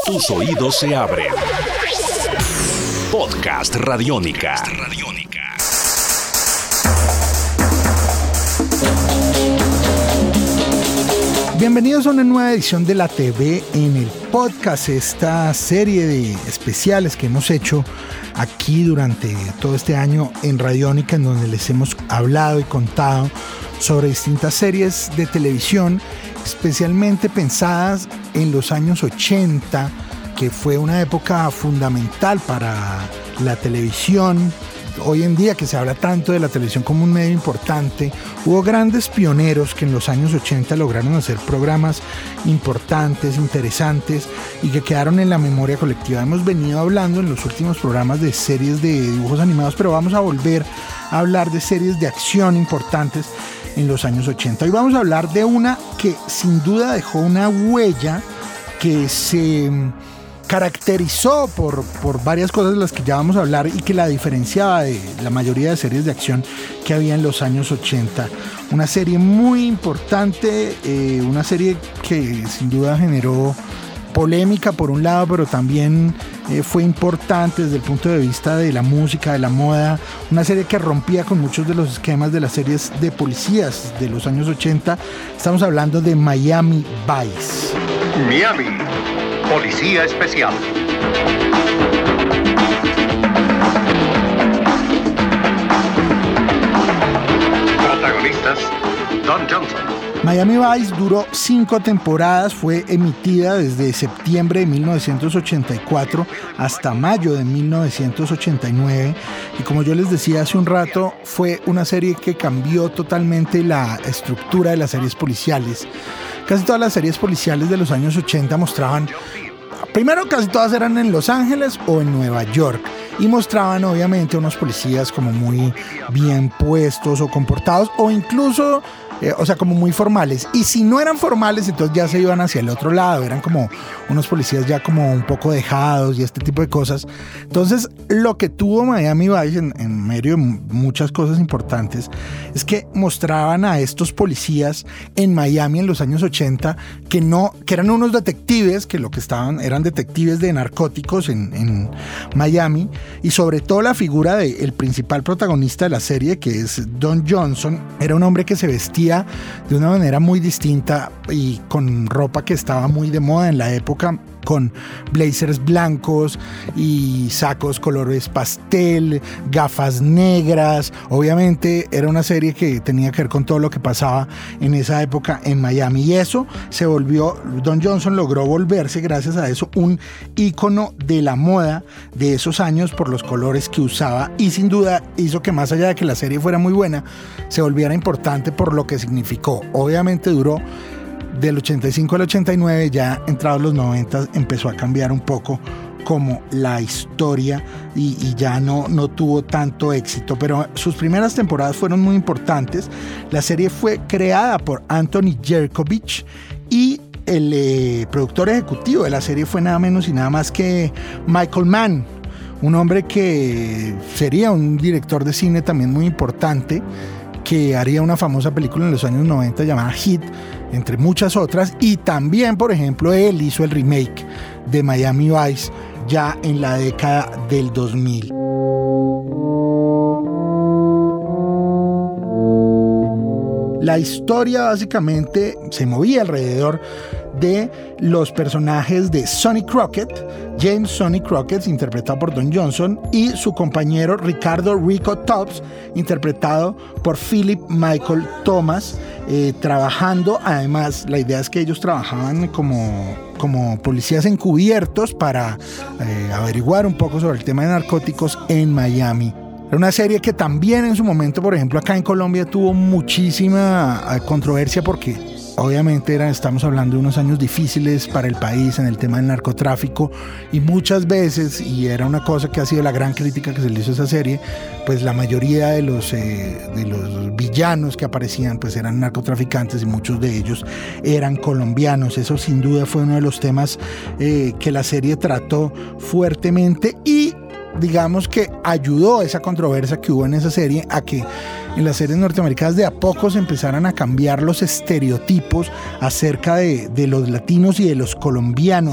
Tus oídos se abren. Podcast Radiónica. Bienvenidos a una nueva edición de La TV en el podcast, esta serie de especiales que hemos hecho aquí durante todo este año en Radiónica, en donde les hemos hablado y contado sobre distintas series de televisión, especialmente pensadas en los años 80, que fue una época fundamental para la televisión. Hoy en día, que se habla tanto de la televisión como un medio importante, hubo grandes pioneros que en los años 80 lograron hacer programas importantes, interesantes y que quedaron en la memoria colectiva. Hemos venido hablando en los últimos programas de series de dibujos animados, pero vamos a volver a hablar de series de acción importantes en los años 80. Hoy vamos a hablar de una que sin duda dejó una huella, que se caracterizó por varias cosas de las que ya vamos a hablar y que la diferenciaba de la mayoría de series de acción que había en los años 80. Una serie muy importante, una serie que sin duda generó polémica por un lado, pero también fue importante desde el punto de vista de la música, de la moda. Una serie que rompía con muchos de los esquemas de las series de policías de los años 80. Estamos hablando de Miami Vice. Miami, Policía Especial. Protagonistas: Don Johnson. Miami Vice duró 5 temporadas, fue emitida desde septiembre de 1984 hasta mayo de 1989 y, como yo les decía hace un rato, fue una serie que cambió totalmente la estructura de las series policiales. Casi todas las series policiales de los años 80 mostraban, primero casi todas eran en Los Ángeles o en Nueva York, y mostraban obviamente unos policías como muy bien puestos o comportados, o incluso como muy formales. Y si no eran formales, entonces ya se iban hacia el otro lado, eran como unos policías ya como un poco dejados y este tipo de cosas. Entonces lo que tuvo Miami Vice en medio de muchas cosas importantes es que mostraban a estos policías en Miami en los años 80 que eran unos detectives, que lo que estaban eran detectives de narcóticos en Miami, y sobre todo la figura del principal protagonista de la serie, que es Don Johnson. Era un hombre que se vestía de una manera muy distinta y con ropa que estaba muy de moda en la época, con blazers blancos y sacos colores pastel, gafas negras. Obviamente era una serie que tenía que ver con todo lo que pasaba en esa época en Miami, y eso se volvió, Don Johnson logró volverse gracias a eso un ícono de la moda de esos años por los colores que usaba, y sin duda hizo que, más allá de que la serie fuera muy buena, se volviera importante por lo que significó. Obviamente duró del 85 al 89, ya entrados los 90 empezó a cambiar un poco como la historia y ya no tuvo tanto éxito, pero sus primeras temporadas fueron muy importantes. La serie fue creada por Anthony Yerkovich y el productor ejecutivo de la serie fue nada menos y nada más que Michael Mann, un hombre que sería un director de cine también muy importante, que haría una famosa película en los años 90 llamada Hit, entre muchas otras, y también, por ejemplo, él hizo el remake de Miami Vice ya en la década del 2000. La historia básicamente se movía alrededor de los personajes de Sonny Crockett, James Sonny Crockett, interpretado por Don Johnson, y su compañero Ricardo Rico Tubbs, interpretado por Philip Michael Thomas, trabajando. Además, la idea es que ellos trabajaban como policías encubiertos para averiguar un poco sobre el tema de narcóticos en Miami. Era una serie que también en su momento, por ejemplo, acá en Colombia tuvo muchísima controversia porque obviamente estamos hablando de unos años difíciles para el país en el tema del narcotráfico, y muchas veces, y era una cosa que ha sido la gran crítica que se le hizo a esa serie, pues la mayoría de los villanos que aparecían pues eran narcotraficantes y muchos de ellos eran colombianos. Eso sin duda fue uno de los temas que la serie trató fuertemente, y digamos que ayudó esa controversia que hubo en esa serie a que en las series norteamericanas de a poco se empezaran a cambiar los estereotipos acerca de los latinos y de los colombianos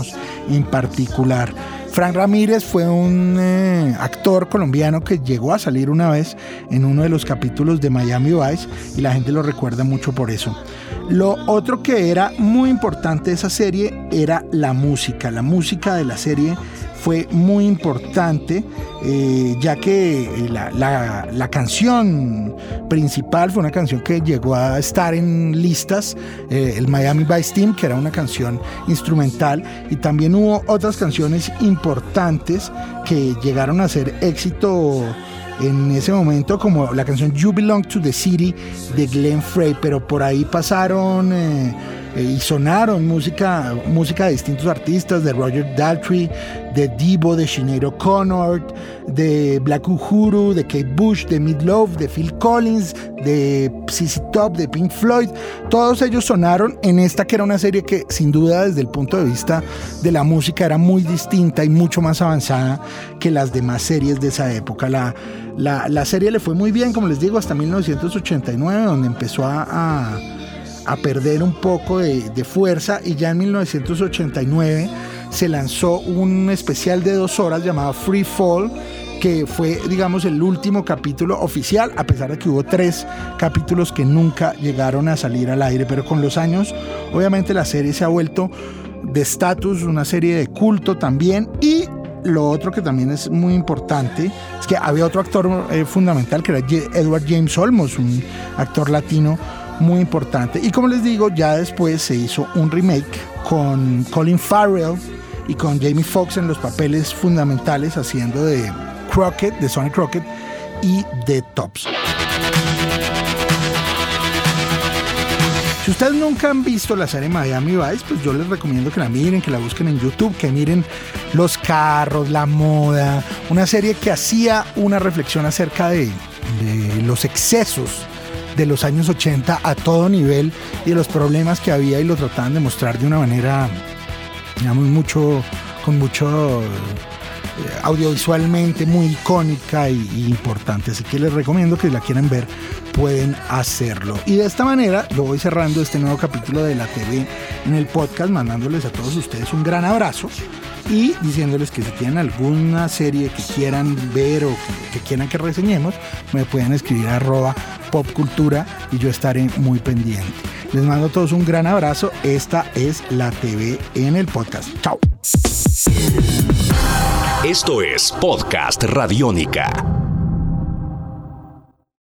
en particular. Frank Ramírez fue un actor colombiano que llegó a salir una vez en uno de los capítulos de Miami Vice y la gente lo recuerda mucho por eso. Lo otro que era muy importante de esa serie era la música. La música de la serie fue muy importante, ya que la canción principal fue una canción que llegó a estar en listas, el Miami Vice Team, que era una canción instrumental, y también hubo otras canciones importantes que llegaron a ser éxito en ese momento, como la canción You Belong to the City de Glenn Frey, pero por ahí pasaron y sonaron música de distintos artistas, de Roger Daltrey, de Devo, de Sinead O'Connor, de Black Uhuru, de Kate Bush, de Meat Loaf, de Phil Collins, de ZZ Top, de Pink Floyd. Todos ellos sonaron en esta, que era una serie que sin duda desde el punto de vista de la música era muy distinta y mucho más avanzada que las demás series de esa época. La serie le fue muy bien, como les digo, hasta 1989, donde empezó a perder un poco de fuerza, y ya en 1989 se lanzó un especial de 2 horas llamado Free Fall, que fue, digamos, el último capítulo oficial, a pesar de que hubo 3 capítulos que nunca llegaron a salir al aire. Pero con los años, obviamente, la serie se ha vuelto de estatus, una serie de culto también. Y lo otro que también es muy importante es que había otro actor fundamental, que era Edward James Olmos, un actor latino muy importante. Y como les digo, ya después se hizo un remake con Colin Farrell y con Jamie Foxx en los papeles fundamentales, haciendo de Crockett, de Sonny Crockett, y de Tops. Si ustedes nunca han visto la serie Miami Vice, pues yo les recomiendo que la miren, que la busquen en YouTube, que miren los carros, la moda, una serie que hacía una reflexión acerca de los excesos de los años 80 a todo nivel y de los problemas que había, y lo trataban de mostrar de una manera, digamos, con mucho audiovisualmente muy icónica y importante. Así que les recomiendo que si la quieren ver, pueden hacerlo. Y de esta manera yo voy cerrando este nuevo capítulo de La TV en el podcast, mandándoles a todos ustedes un gran abrazo y diciéndoles que si tienen alguna serie que quieran ver o que quieran que reseñemos, me pueden escribir a @popcultura y yo estaré muy pendiente. Les mando a todos un gran abrazo. Esta es La TV en el podcast. Chao. Esto es Podcast Radiónica.